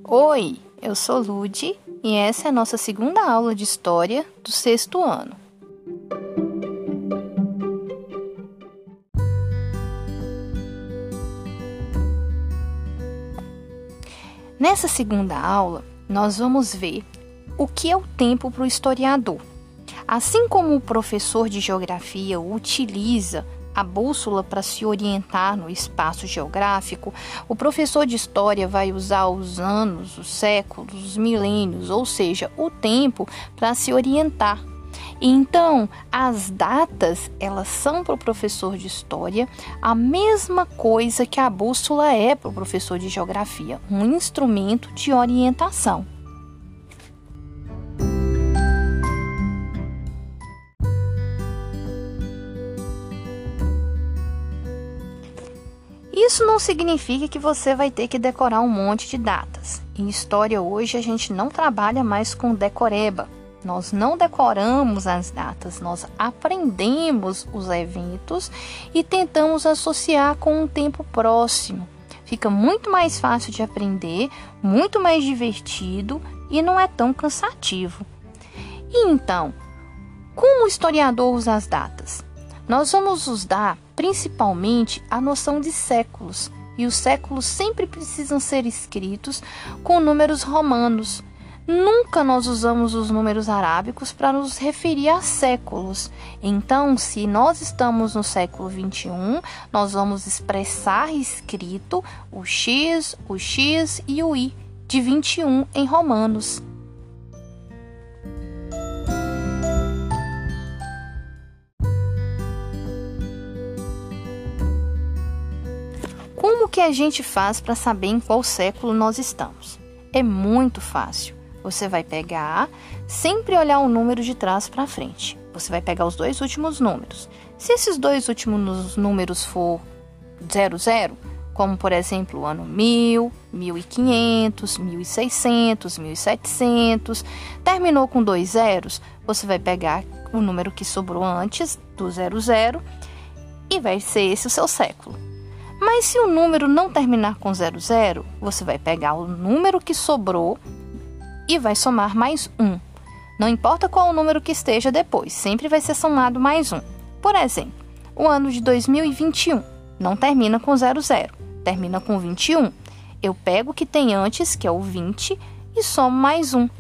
Oi, eu sou Lude e essa é a nossa segunda aula de História do 6º ano. Nessa segunda aula, nós vamos ver o que é o tempo para o historiador. Assim como o professor de geografia utiliza a bússola para se orientar no espaço geográfico, o professor de história vai usar os anos, os séculos, os milênios, ou seja, o tempo para se orientar. Então, as datas, elas são para o professor de história a mesma coisa que a bússola é para o professor de geografia, um instrumento de orientação. Isso não significa que você vai ter que decorar um monte de datas. Em história hoje a gente não trabalha mais com decoreba. Nós não decoramos as datas, nós aprendemos os eventos e tentamos associar com um tempo próximo. Fica muito mais fácil de aprender, muito mais divertido e não é tão cansativo. E então, como o historiador usa as datas? Nós vamos usar principalmente a noção de séculos, e os séculos sempre precisam ser escritos com números romanos. Nunca nós usamos os números arábicos para nos referir a séculos. Então, se nós estamos no século 21, nós vamos expressar escrito o X e o I de 21 em romanos. Como que a gente faz para saber em qual século nós estamos? É muito fácil. Você vai pegar, sempre olhar o número de trás para frente. Você vai pegar os dois últimos números. Se esses dois últimos números for 00, como por exemplo o ano 1000, 1500, 1600, 1700, terminou com 2 zeros, você vai pegar o número que sobrou antes do 00 e vai ser esse o seu século. Mas se o número não terminar com 00, você vai pegar o número que sobrou e vai somar mais 1. Não importa qual o número que esteja depois, sempre vai ser somado mais 1. Por exemplo, o ano de 2021 não termina com 00, termina com 21. Eu pego o que tem antes, que é o 20, e somo mais 1.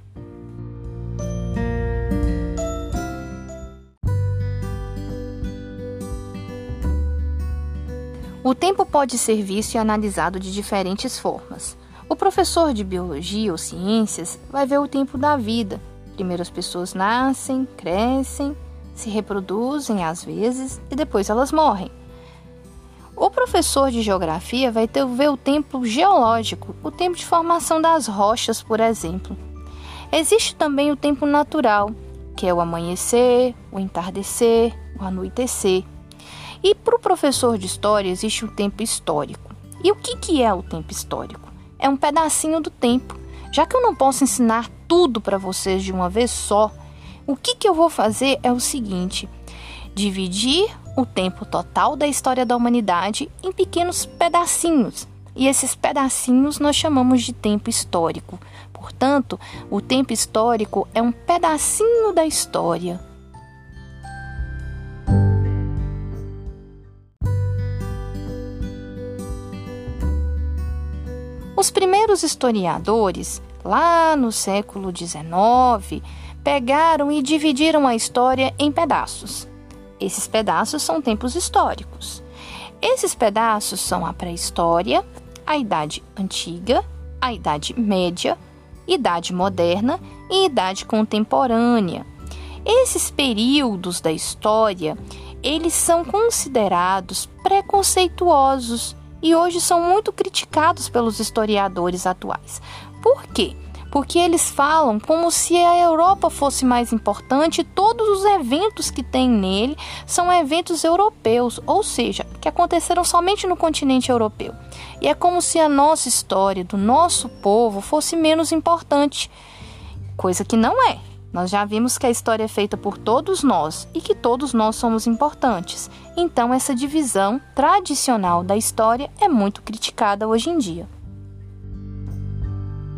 O tempo pode ser visto e analisado de diferentes formas. O professor de biologia ou ciências vai ver o tempo da vida. Primeiro as pessoas nascem, crescem, se reproduzem às vezes e depois elas morrem. O professor de geografia vai ver o tempo geológico, o tempo de formação das rochas, por exemplo. Existe também o tempo natural, que é o amanhecer, o entardecer, o anoitecer. E para o professor de história existe o tempo histórico. E o que é o tempo histórico? É um pedacinho do tempo. Já que eu não posso ensinar tudo para vocês de uma vez só, o que eu vou fazer é o seguinte: dividir o tempo total da história da humanidade em pequenos pedacinhos. E esses pedacinhos nós chamamos de tempo histórico. Portanto, o tempo histórico é um pedacinho da história. Os primeiros historiadores, lá no século XIX, pegaram e dividiram a história em pedaços. Esses pedaços são tempos históricos. Esses pedaços são a pré-história, a Idade Antiga, a Idade Média, Idade Moderna e Idade Contemporânea. Esses períodos da história, eles são considerados preconceituosos e hoje são muito criticados pelos historiadores atuais. Por quê? Porque eles falam como se a Europa fosse mais importante e todos os eventos que tem nele são eventos europeus, ou seja, que aconteceram somente no continente europeu. E é como se a nossa história do nosso povo fosse menos importante, coisa que não é. Nós já vimos que a história é feita por todos nós e que todos nós somos importantes. Então, essa divisão tradicional da história é muito criticada hoje em dia.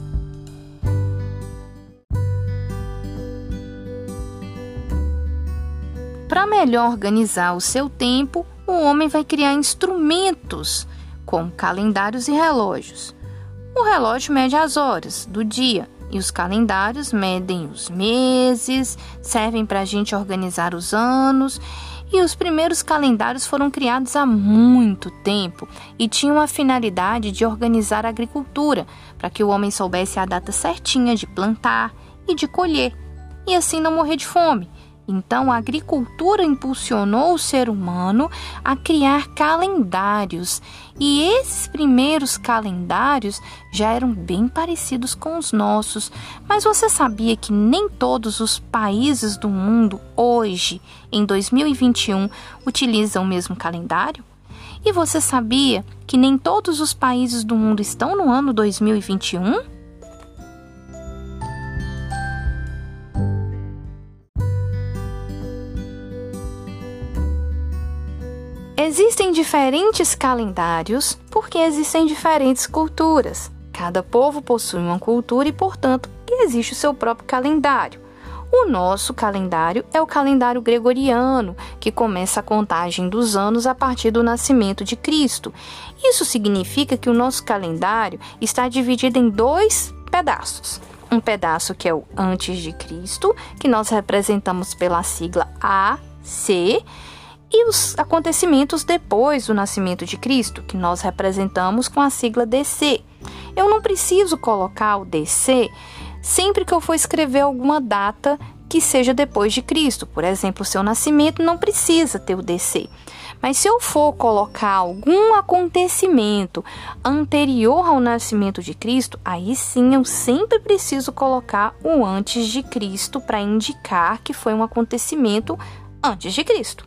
Para melhor organizar o seu tempo, o homem vai criar instrumentos, como calendários e relógios. O relógio mede as horas do dia e os calendários medem os meses, servem para a gente organizar os anos. E os primeiros calendários foram criados há muito tempo e tinham a finalidade de organizar a agricultura, para que o homem soubesse a data certinha de plantar e de colher, e assim não morrer de fome. Então, a agricultura impulsionou o ser humano a criar calendários. E esses primeiros calendários já eram bem parecidos com os nossos. Mas você sabia que nem todos os países do mundo hoje, em 2021, utilizam o mesmo calendário? E você sabia que nem todos os países do mundo estão no ano 2021? Existem diferentes calendários porque existem diferentes culturas. Cada povo possui uma cultura e, portanto, existe o seu próprio calendário. O nosso calendário é o calendário gregoriano, que começa a contagem dos anos a partir do nascimento de Cristo. Isso significa que o nosso calendário está dividido em 2 pedaços. Um pedaço que é o antes de Cristo, que nós representamos pela sigla AC, e os acontecimentos depois do nascimento de Cristo, que nós representamos com a sigla DC. Eu não preciso colocar o DC sempre que eu for escrever alguma data que seja depois de Cristo. Por exemplo, o seu nascimento não precisa ter o DC. Mas se eu for colocar algum acontecimento anterior ao nascimento de Cristo, aí sim eu sempre preciso colocar o antes de Cristo para indicar que foi um acontecimento antes de Cristo.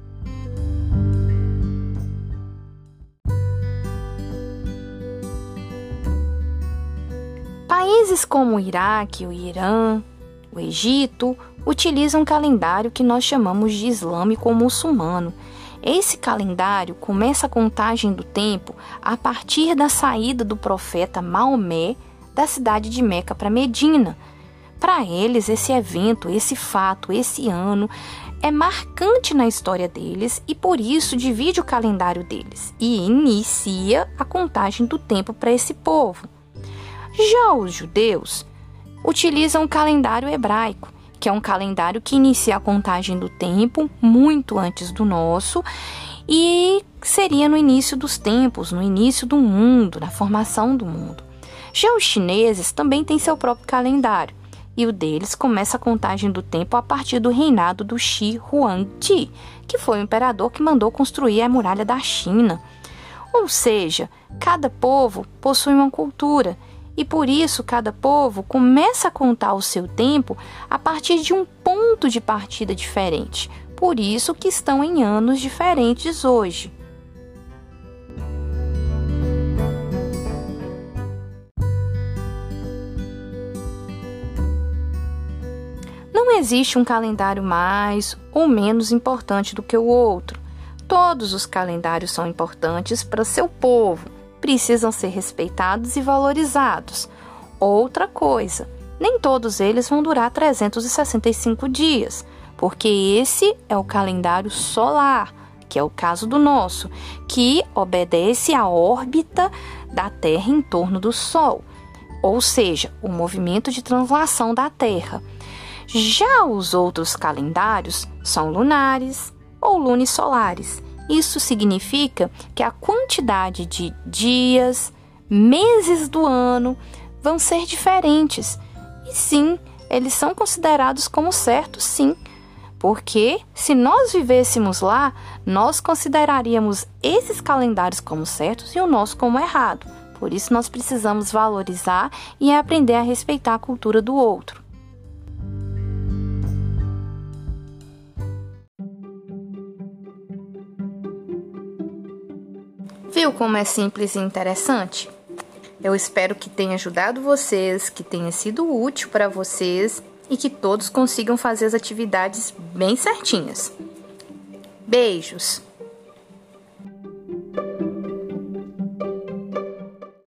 Países como o Iraque, o Irã, o Egito utilizam um calendário que nós chamamos de islâmico ou muçulmano. Esse calendário começa a contagem do tempo a partir da saída do profeta Maomé da cidade de Meca para Medina. Para eles, esse evento, esse fato, esse ano é marcante na história deles e por isso divide o calendário deles e inicia a contagem do tempo para esse povo. Já os judeus utilizam o calendário hebraico, que é um calendário que inicia a contagem do tempo muito antes do nosso e seria no início dos tempos, no início do mundo, na formação do mundo. Já os chineses também têm seu próprio calendário e o deles começa a contagem do tempo a partir do reinado do Shi Huangdi, que foi o imperador que mandou construir a muralha da China. Ou seja, cada povo possui uma cultura. E por isso, cada povo começa a contar o seu tempo a partir de um ponto de partida diferente. Por isso que estão em anos diferentes hoje. Não existe um calendário mais ou menos importante do que o outro. Todos os calendários são importantes para seu povo. Precisam ser respeitados e valorizados. Outra coisa, nem todos eles vão durar 365 dias, porque esse é o calendário solar, que é o caso do nosso, que obedece à órbita da Terra em torno do Sol, ou seja, o movimento de translação da Terra. Já os outros calendários são lunares ou lunisolares. Isso significa que a quantidade de dias, meses do ano vão ser diferentes. E sim, eles são considerados como certos, sim. Porque se nós vivêssemos lá, nós consideraríamos esses calendários como certos e o nosso como errado. Por isso nós precisamos valorizar e aprender a respeitar a cultura do outro. Viu como é simples e interessante? Eu espero que tenha ajudado vocês, que tenha sido útil para vocês e que todos consigam fazer as atividades bem certinhas. Beijos!